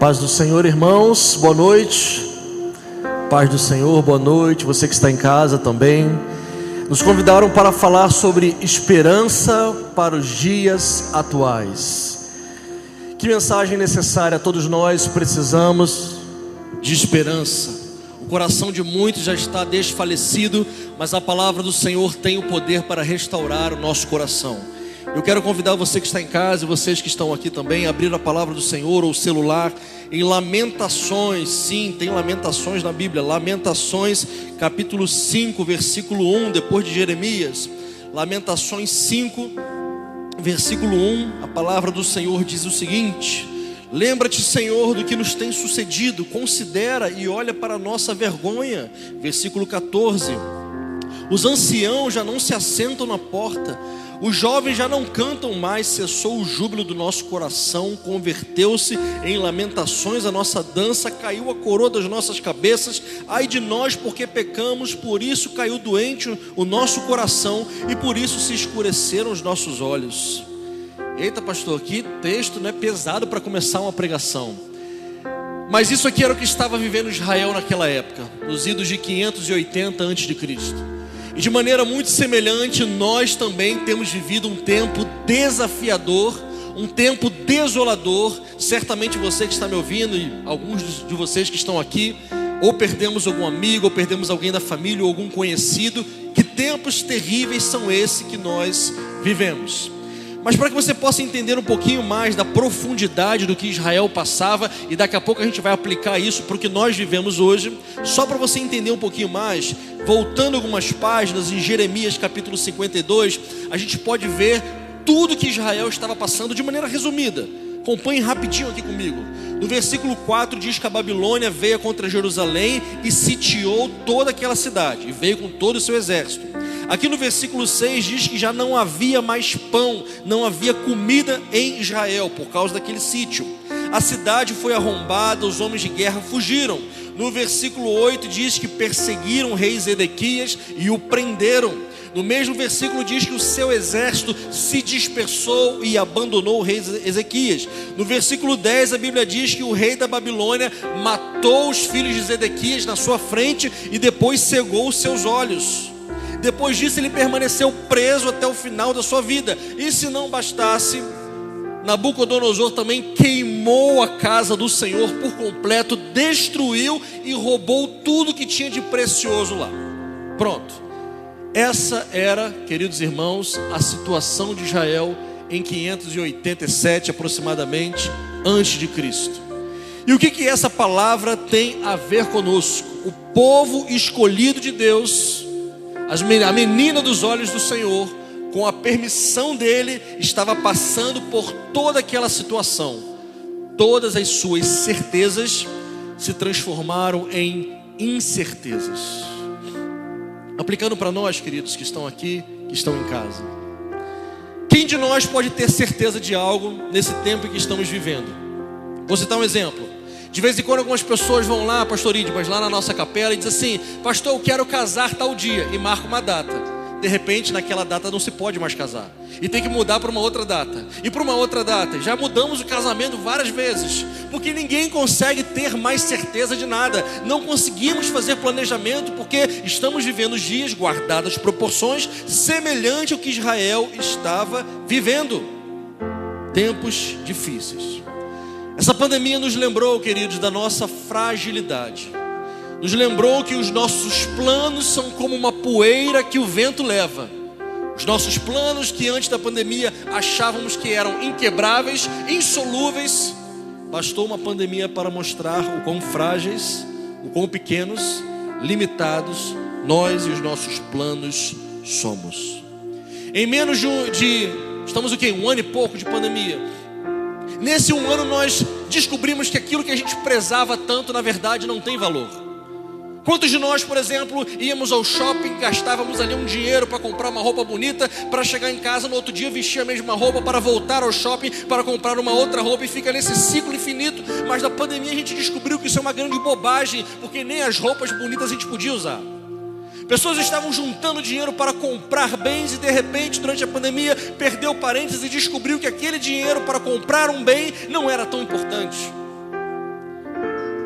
Paz do Senhor, irmãos, boa noite. Paz do Senhor, boa noite. Você que está em casa também. Nos convidaram para falar sobre esperança para os dias atuais. Que mensagem necessária, todos nós precisamos de esperança. O coração de muitos já está desfalecido, mas a palavra do Senhor tem o poder para restaurar o nosso coração. Eu quero convidar você que está em casa e vocês que estão aqui também a abrir a palavra do Senhor ou o celular em Lamentações. Sim, tem Lamentações na Bíblia. Lamentações capítulo 5, versículo 1, depois de Jeremias. Lamentações 5, versículo 1, a palavra do Senhor diz o seguinte: lembra-te, Senhor, do que nos tem sucedido, considera e olha para a nossa vergonha. Versículo 14: os anciãos já não se assentam na porta, os jovens já não cantam mais, cessou o júbilo do nosso coração, converteu-se em lamentações a nossa dança, caiu a coroa das nossas cabeças. Ai de nós, porque pecamos, por isso caiu doente o nosso coração e por isso se escureceram os nossos olhos. Eita, pastor, que texto, né, pesado para começar uma pregação. Mas isso aqui era o que estava vivendo Israel naquela época, nos idos de 580 a.C. E de maneira muito semelhante, nós também temos vivido um tempo desafiador, um tempo desolador. Certamente você que está me ouvindo e alguns de vocês que estão aqui, ou perdemos algum amigo, ou perdemos alguém da família, ou algum conhecido. Que tempos terríveis são esses que nós vivemos? Mas para que você possa entender um pouquinho mais da profundidade do que Israel passava, e daqui a pouco a gente vai aplicar isso para o que nós vivemos hoje, só para você entender um pouquinho mais, voltando algumas páginas em Jeremias capítulo 52, a gente pode ver tudo que Israel estava passando de maneira resumida. Acompanhe rapidinho aqui comigo. No versículo 4 diz que a Babilônia veio contra Jerusalém e sitiou toda aquela cidade, e veio com todo o seu exército. Aqui no versículo 6 diz que já não havia mais pão, não havia comida em Israel por causa daquele sítio. A cidade foi arrombada, os homens de guerra fugiram. No versículo 8 diz que perseguiram o rei Zedequias e o prenderam. No mesmo versículo diz que o seu exército se dispersou e abandonou o rei Ezequias. No versículo 10 a Bíblia diz que o rei da Babilônia matou os filhos de Zedequias na sua frente e depois cegou os seus olhos. Depois disso ele permaneceu preso até o final da sua vida. E se não bastasse, Nabucodonosor também queimou a casa do Senhor por completo, destruiu e roubou tudo que tinha de precioso lá. Pronto. Essa era, queridos irmãos, a situação de Israel em 587 aproximadamente antes de Cristo. E o que essa palavra tem a ver conosco? O povo escolhido de Deus, a menina dos olhos do Senhor, com a permissão dele, estava passando por toda aquela situação. Todas as suas certezas se transformaram em incertezas. Aplicando para nós, queridos, que estão aqui, que estão em casa. Quem de nós pode ter certeza de algo nesse tempo em que estamos vivendo? Vou citar um exemplo. De vez em quando algumas pessoas vão lá, pastor Idmas, lá na nossa capela, e dizem assim: pastor, eu quero casar tal dia, e marca uma data. De repente naquela data não se pode mais casar, e tem que mudar para uma outra data, e para uma outra data. Já mudamos o casamento várias vezes, porque ninguém consegue ter mais certeza de nada. Não conseguimos fazer planejamento, porque estamos vivendo dias, guardadas proporções, semelhante ao que Israel estava vivendo. Tempos difíceis. Essa pandemia nos lembrou, queridos, da nossa fragilidade. Nos lembrou que os nossos planos são como uma poeira que o vento leva. Os nossos planos que antes da pandemia achávamos que eram inquebráveis, insolúveis, bastou uma pandemia para mostrar o quão frágeis, o quão pequenos, limitados nós e os nossos planos somos. Em menos de estamos o quê? Um ano e pouco de pandemia. Nesse um ano nós descobrimos que aquilo que a gente prezava tanto, na verdade, não tem valor. Quantos de nós, por exemplo, íamos ao shopping, gastávamos ali um dinheiro para comprar uma roupa bonita, para chegar em casa no outro dia vestir a mesma roupa, para voltar ao shopping, para comprar uma outra roupa, e fica nesse ciclo infinito. Mas na pandemia a gente descobriu que isso é uma grande bobagem, porque nem as roupas bonitas a gente podia usar. Pessoas estavam juntando dinheiro para comprar bens e de repente, durante a pandemia, perdeu parentes e descobriu que aquele dinheiro para comprar um bem não era tão importante.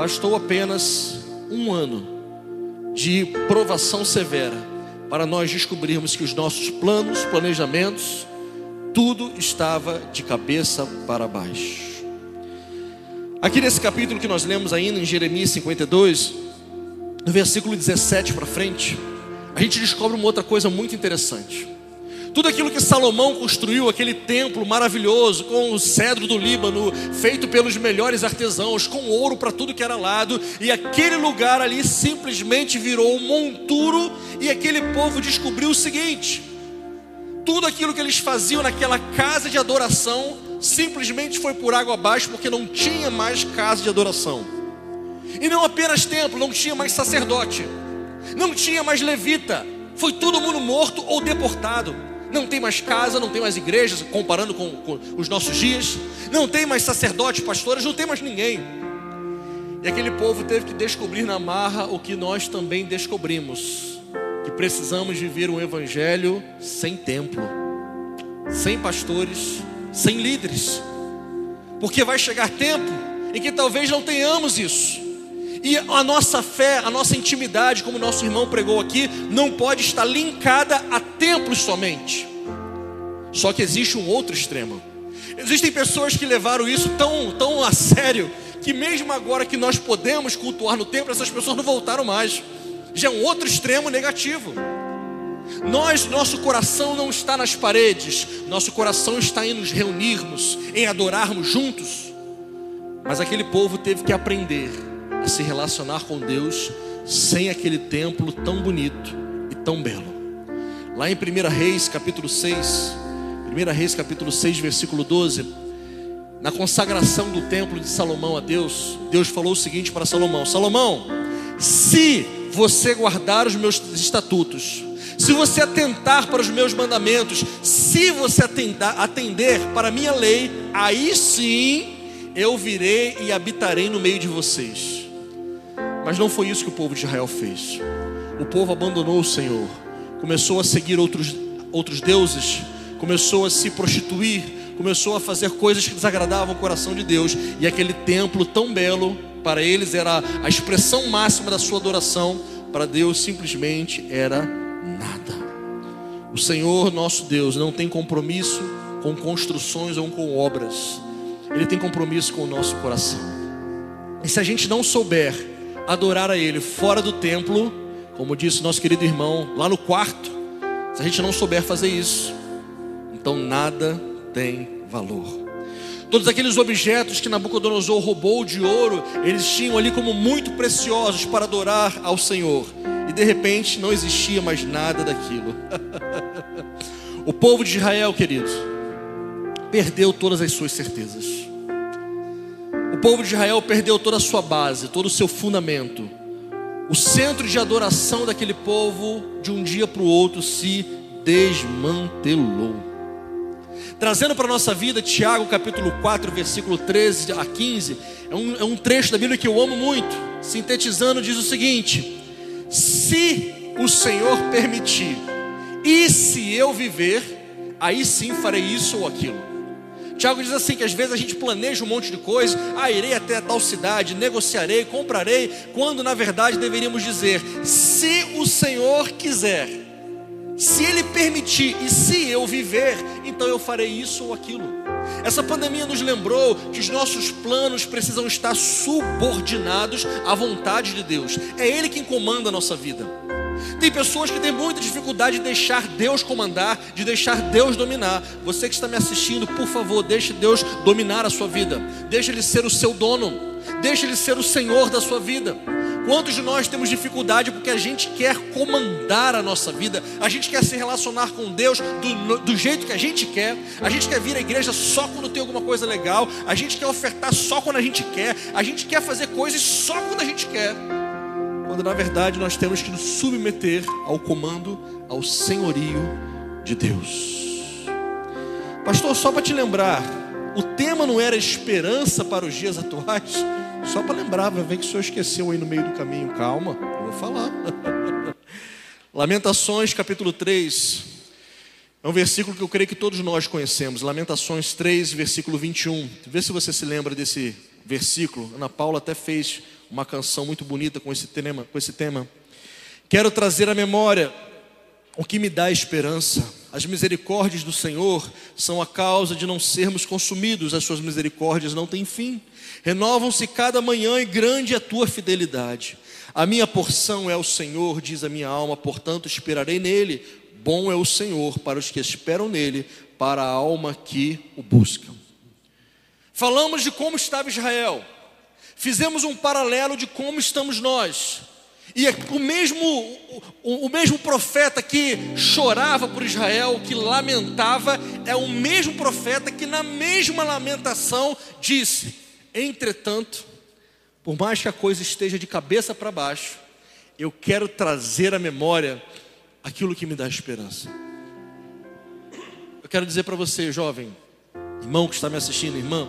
bastou apenas um ano de provação severa para nós descobrirmos que os nossos planos, planejamentos, tudo estava de cabeça para baixo. Aqui nesse capítulo que nós lemos ainda em Jeremias 52, no versículo 17 para frente, a gente descobre uma outra coisa muito interessante. Tudo aquilo que Salomão construiu, aquele templo maravilhoso, com o cedro do Líbano, feito pelos melhores artesãos, com ouro para tudo que era lado, e aquele lugar ali simplesmente virou um monturo, e aquele povo descobriu o seguinte: tudo aquilo que eles faziam naquela casa de adoração simplesmente foi por água abaixo, porque não tinha mais casa de adoração. E não apenas templo, não tinha mais sacerdote, não tinha mais levita, foi todo mundo morto ou deportado. Não tem mais casa, não tem mais igrejas, comparando com os nossos dias, não tem mais sacerdotes, pastores, não tem mais ninguém. E aquele povo teve que descobrir na marra o que nós também descobrimos: que precisamos viver um evangelho sem templo, sem pastores, sem líderes, porque vai chegar tempo em que talvez não tenhamos isso, e a nossa fé, a nossa intimidade, como nosso irmão pregou aqui, não pode estar linkada a templos somente. Só que existe um outro extremo. Existem pessoas que levaram isso tão a sério, que mesmo agora que nós podemos cultuar no templo, essas pessoas não voltaram mais. Já é um outro extremo negativo. Nosso coração não está nas paredes, nosso coração está em nos reunirmos, em adorarmos juntos. Mas aquele povo teve que aprender a se relacionar com Deus sem aquele templo tão bonito e tão belo. Lá em 1 Reis capítulo 6, versículo 12, na consagração do templo de Salomão a Deus, Deus falou o seguinte para Salomão: Salomão, se você guardar os meus estatutos, se você atentar para os meus mandamentos, se você atender para a minha lei, aí sim eu virei e habitarei no meio de vocês. Mas não foi isso que o povo de Israel fez. O povo abandonou o Senhor, começou a seguir outros deuses, começou a se prostituir, começou a fazer coisas que desagradavam o coração de Deus. E aquele templo tão belo, para eles era a expressão máxima da sua adoração, para Deus simplesmente era nada. O Senhor nosso Deus não tem compromisso com construções ou com obras. Ele tem compromisso com o nosso coração. E se a gente não souber adorar a Ele fora do templo, como disse nosso querido irmão lá no quarto, se a gente não souber fazer isso, então nada tem valor. Todos aqueles objetos que Nabucodonosor roubou de ouro, eles tinham ali como muito preciosos para adorar ao Senhor, e de repente não existia mais nada daquilo. O povo de Israel, queridos, perdeu todas as suas certezas. O povo de Israel perdeu toda a sua base, todo o seu fundamento. O centro de adoração daquele povo, de um dia para o outro, se desmantelou. Trazendo para a nossa vida, Tiago capítulo 4, versículo 13 a 15, é um trecho da Bíblia que eu amo muito. Sintetizando, diz o seguinte: se o Senhor permitir, e se eu viver, aí sim farei isso ou aquilo. Tiago diz assim, que às vezes a gente planeja um monte de coisa: irei até tal cidade, negociarei, comprarei, quando na verdade deveríamos dizer: se o Senhor quiser, se Ele permitir e se eu viver, então eu farei isso ou aquilo. Essa pandemia nos lembrou que os nossos planos precisam estar subordinados à vontade de Deus. É Ele quem comanda a nossa vida. Tem pessoas que têm muita dificuldade de deixar Deus comandar, de deixar Deus dominar. Você que está me assistindo, por favor, deixe Deus dominar a sua vida. Deixe Ele ser o seu dono. Deixe Ele ser o Senhor da sua vida. Quantos de nós temos dificuldade porque a gente quer comandar a nossa vida? A gente quer se relacionar com Deus do jeito que a gente quer. A gente quer vir à igreja só quando tem alguma coisa legal. A gente quer ofertar só quando a gente quer. A gente quer fazer coisas só quando a gente quer. Quando na verdade nós temos que nos submeter ao comando, ao senhorio de Deus. Pastor, só para te lembrar, o tema não era esperança para os dias atuais? Só para lembrar, vai ver que o senhor esqueceu aí no meio do caminho. Calma, eu vou falar. Lamentações capítulo 3, é um versículo que eu creio que todos nós conhecemos. Lamentações 3, versículo 21. Vê se você se lembra desse versículo. Ana Paula até fez uma canção muito bonita com esse tema. Quero trazer à memória o que me dá esperança. As misericórdias do Senhor são a causa de não sermos consumidos. As suas misericórdias não têm fim. Renovam-se cada manhã e grande é a tua fidelidade. A minha porção é o Senhor, diz a minha alma, portanto esperarei nele. Bom é o Senhor para os que esperam nele, para a alma que o buscam. Falamos de como estava Israel. Fizemos um paralelo de como estamos nós. E o mesmo profeta que chorava por Israel, que lamentava, é o mesmo profeta que na mesma lamentação disse: entretanto, por mais que a coisa esteja de cabeça para baixo, eu quero trazer à memória aquilo que me dá esperança. Eu quero dizer para você, jovem, irmão que está me assistindo, irmã,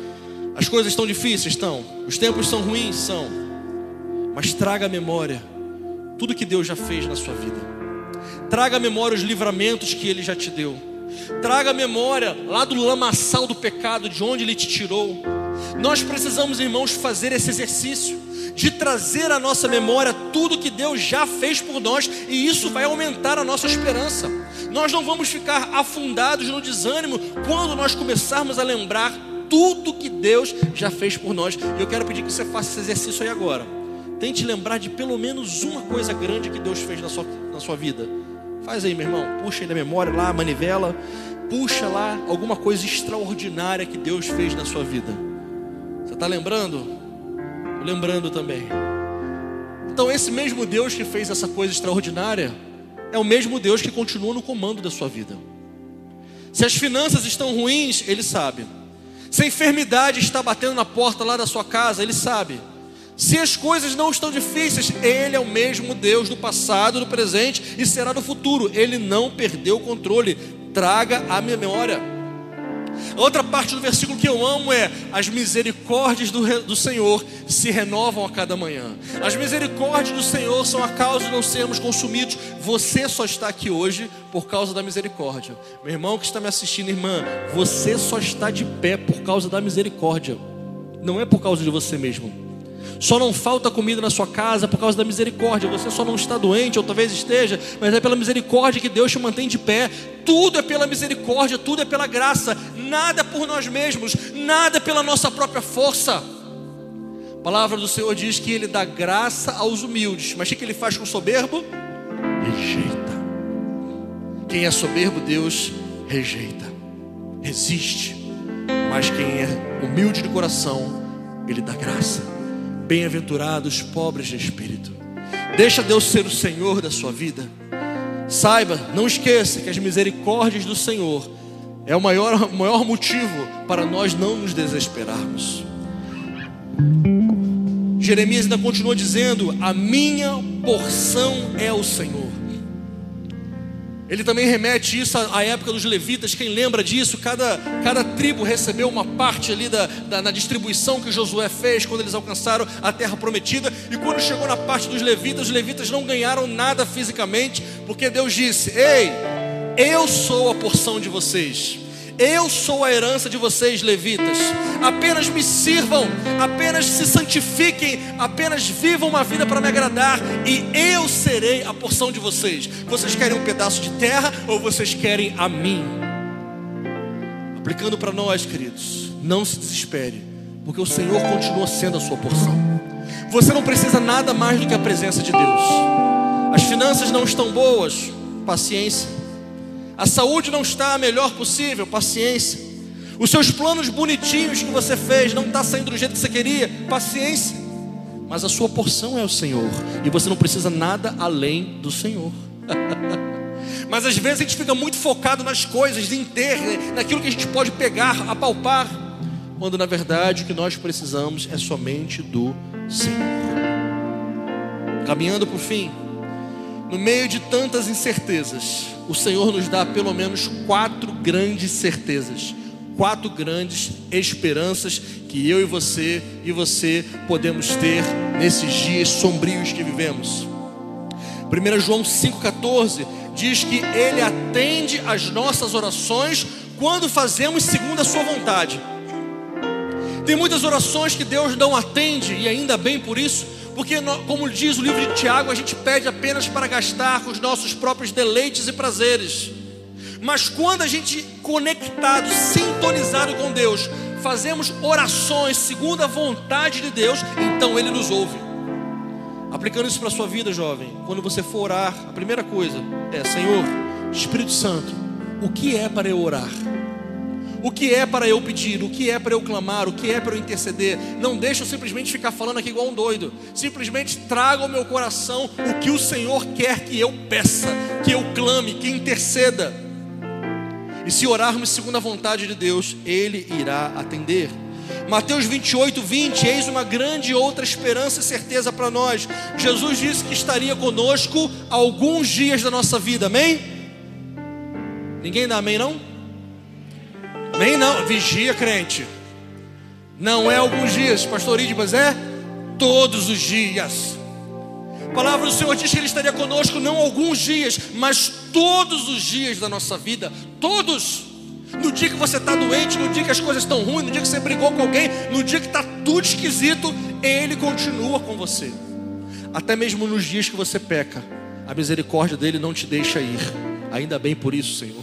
as coisas estão difíceis, estão. Os tempos são ruins, são. Mas traga à memória tudo que Deus já fez na sua vida. Traga à memória os livramentos que Ele já te deu. Traga à memória lá do lamaçal do pecado, de onde Ele te tirou. Nós precisamos, irmãos, fazer esse exercício de trazer à nossa memória tudo que Deus já fez por nós, e isso vai aumentar a nossa esperança. Nós não vamos ficar afundados no desânimo quando nós começarmos a lembrar tudo que Deus já fez por nós. E eu quero pedir que você faça esse exercício aí agora. Tente lembrar de pelo menos uma coisa grande que Deus fez na sua vida. Faz aí, meu irmão. Puxa aí na memória lá, a manivela. Puxa lá alguma coisa extraordinária que Deus fez na sua vida. Você está lembrando? Estou lembrando também. Então esse mesmo Deus que fez essa coisa extraordinária é o mesmo Deus que continua no comando da sua vida. Se as finanças estão ruins, Ele sabe. Se a enfermidade está batendo na porta lá da sua casa, Ele sabe. Se as coisas não estão difíceis, Ele é o mesmo Deus do passado, do presente e será do futuro. Ele não perdeu o controle. Traga a memória. A outra parte do versículo que eu amo é: as misericórdias do Senhor se renovam a cada manhã. As misericórdias do Senhor são a causa de não sermos consumidos. Você só está aqui hoje por causa da misericórdia. Meu irmão que está me assistindo, irmã, você só está de pé por causa da misericórdia. Não é por causa de você mesmo. Só não falta comida na sua casa por causa da misericórdia. Você só não está doente, ou talvez esteja, mas é pela misericórdia que Deus te mantém de pé. Tudo é pela misericórdia, tudo é pela graça. Nada por nós mesmos, nada pela nossa própria força. A palavra do Senhor diz que Ele dá graça aos humildes. Mas o que Ele faz com o soberbo? Rejeita. Quem é soberbo, Deus rejeita, resiste. Mas quem é humilde de coração, Ele dá graça. Bem-aventurados pobres de espírito. Deixa Deus ser o Senhor da sua vida. Saiba, não esqueça que as misericórdias do Senhor é o maior motivo para nós não nos desesperarmos. Jeremias ainda continua dizendo: a minha porção é o Senhor. Ele também remete isso à época dos levitas. Quem lembra disso? Cada tribo recebeu uma parte ali na distribuição que Josué fez quando eles alcançaram a terra prometida. E quando chegou na parte dos levitas, os levitas não ganharam nada fisicamente, porque Deus disse: ei, eu sou a porção de vocês. Eu sou a herança de vocês, levitas. Apenas me sirvam, apenas se santifiquem, apenas vivam uma vida para me agradar, e eu serei a porção de vocês. Vocês querem um pedaço de terra ou vocês querem a mim? Aplicando para nós, queridos, não se desespere, porque o Senhor continua sendo a sua porção. Você não precisa nada mais do que a presença de Deus. As finanças não estão boas, paciência. A saúde não está a melhor possível, paciência. Os seus planos bonitinhos que você fez não está saindo do jeito que você queria, paciência. Mas a sua porção é o Senhor, e você não precisa nada além do Senhor. Mas às vezes a gente fica muito focado nas coisas, em ter, naquilo que a gente pode pegar, apalpar, quando na verdade o que nós precisamos é somente do Senhor. Caminhando para o fim, no meio de tantas incertezas, o Senhor nos dá pelo menos 4 grandes certezas, 4 grandes esperanças que eu e você podemos ter nesses dias sombrios que vivemos. 1 João 5,14 diz que Ele atende às nossas orações quando fazemos segundo a sua vontade. Tem muitas orações que Deus não atende, e ainda bem por isso, porque, como diz o livro de Tiago, a gente pede apenas para gastar com os nossos próprios deleites e prazeres. Mas quando a gente, conectado, sintonizado com Deus, fazemos orações segundo a vontade de Deus, então Ele nos ouve. Aplicando isso para a sua vida, jovem, quando você for orar, a primeira coisa é: Senhor, Espírito Santo, o que é para eu orar? O que é para eu pedir? O que é para eu clamar? O que é para eu interceder? Não deixa eu simplesmente ficar falando aqui igual um doido. Simplesmente traga ao meu coração o que o Senhor quer que eu peça, que eu clame, que interceda. E se orarmos segundo a vontade de Deus, Ele irá atender. Mateus 28, 20, eis uma grande outra esperança e certeza para nós. Jesus disse que estaria conosco alguns dias da nossa vida, amém? Ninguém dá amém não? Amém não, vigia crente. Não é alguns dias, pastor Idibas, é todos os dias. A palavra do Senhor diz que Ele estaria conosco não alguns dias, mas todos os dias da nossa vida. Todos. No dia que você está doente, no dia que as coisas estão ruins, no dia que você brigou com alguém, no dia que está tudo esquisito, Ele continua com você. Até mesmo nos dias que você peca, a misericórdia dEle não te deixa ir. Ainda bem por isso, Senhor.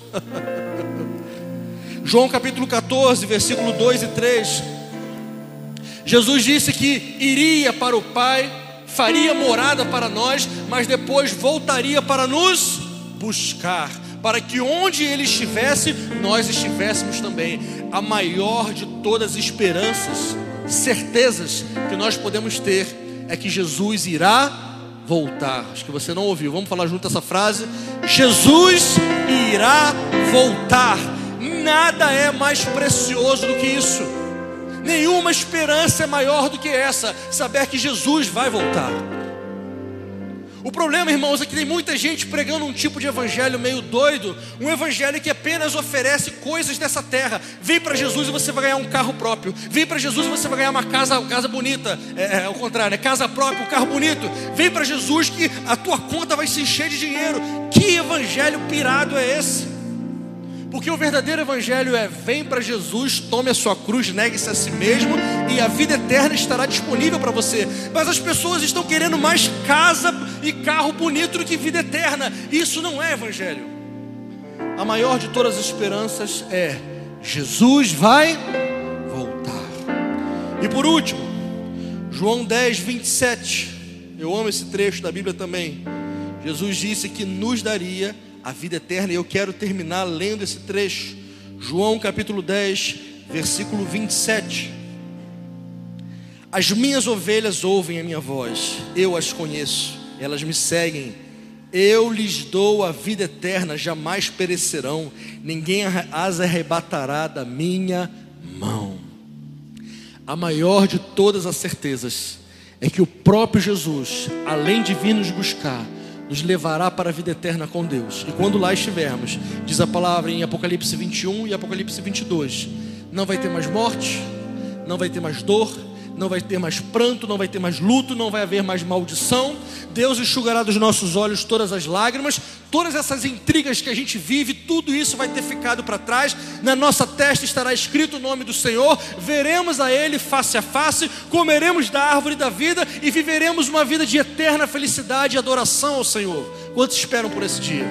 João capítulo 14, versículo 2 e 3. Jesus disse que iria para o Pai, faria morada para nós, mas depois voltaria para nos buscar, para que onde Ele estivesse, nós estivéssemos também. A maior de todas as esperanças, certezas que nós podemos ter é que Jesus irá voltar. Acho que você não ouviu, vamos falar junto essa frase: Jesus irá voltar. Nada é mais precioso do que isso. Nenhuma esperança é maior do que essa, saber que Jesus vai voltar. O problema, irmãos, é que tem muita gente pregando um tipo de evangelho meio doido, um evangelho que apenas oferece coisas dessa terra. Vem para Jesus e você vai ganhar um carro próprio. Vem para Jesus e você vai ganhar uma casa bonita. É o contrário, é casa própria, um carro bonito. Vem para Jesus que a tua conta vai se encher de dinheiro. Que evangelho pirado é esse? Porque o verdadeiro evangelho é: vem para Jesus, tome a sua cruz, negue-se a si mesmo, e a vida eterna estará disponível para você. Mas as pessoas estão querendo mais casa e carro bonito do que vida eterna. Isso não é evangelho. A maior de todas as esperanças é: Jesus vai voltar. E por último, João 10, 27. Eu amo esse trecho da Bíblia também. Jesus disse que nos daria a vida eterna, e eu quero terminar lendo esse trecho. João capítulo 10, versículo 27. As minhas ovelhas ouvem a minha voz, eu as conheço, elas me seguem. Eu lhes dou a vida eterna, jamais perecerão, ninguém as arrebatará da minha mão. A maior de todas as certezas é que o próprio Jesus, além de vir nos buscar, nos levará para a vida eterna com Deus. E quando lá estivermos, diz a palavra em Apocalipse 21 e Apocalipse 22, não vai ter mais morte, não vai ter mais dor, não vai ter mais pranto, não vai ter mais luto, não vai haver mais maldição. Deus enxugará dos nossos olhos todas as lágrimas. Todas essas intrigas que a gente vive, tudo isso vai ter ficado para trás. Na nossa testa estará escrito o nome do Senhor. Veremos a Ele face a face, comeremos da árvore da vida e viveremos uma vida de eterna felicidade e adoração ao Senhor. Quantos esperam por esse dia?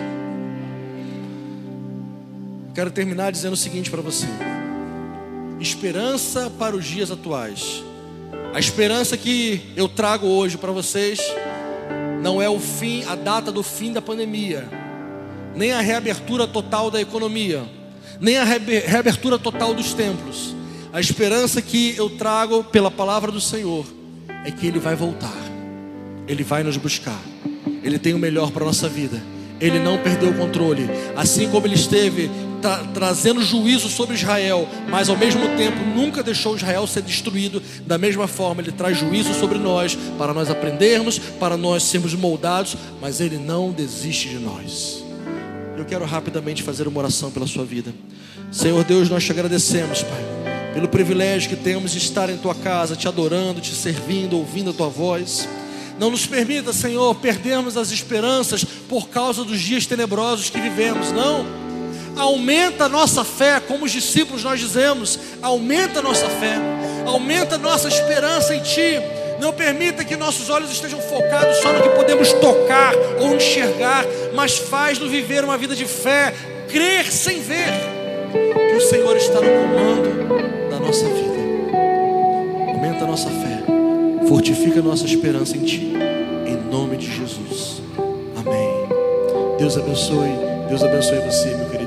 Quero terminar dizendo o seguinte para você: esperança para os dias atuais. A esperança que eu trago hoje para vocês não é o fim, a data do fim da pandemia, nem a reabertura total da economia, nem a reabertura total dos templos. A esperança que eu trago pela palavra do Senhor é que Ele vai voltar, Ele vai nos buscar, Ele tem o melhor para a nossa vida. Ele não perdeu o controle, assim como Ele esteve trazendo juízo sobre Israel, mas ao mesmo tempo nunca deixou Israel ser destruído. Da mesma forma Ele traz juízo sobre nós, para nós aprendermos, para nós sermos moldados, mas Ele não desiste de nós. Eu quero rapidamente fazer uma oração pela sua vida. Senhor Deus, nós te agradecemos, Pai, pelo privilégio que temos de estar em Tua casa, te adorando, te servindo, ouvindo a Tua voz. Não nos permita, Senhor, perdermos as esperanças por causa dos dias tenebrosos que vivemos. Não, aumenta a nossa fé, como os discípulos nós dizemos, aumenta a nossa fé. Aumenta nossa esperança em Ti. Não permita que nossos olhos estejam focados só no que podemos tocar ou enxergar, mas faz-nos viver uma vida de fé, crer sem ver que o Senhor está no comando da nossa vida. Aumenta a nossa fé, fortifica a nossa esperança em Ti, em nome de Jesus. Amém. Deus abençoe você, meu querido.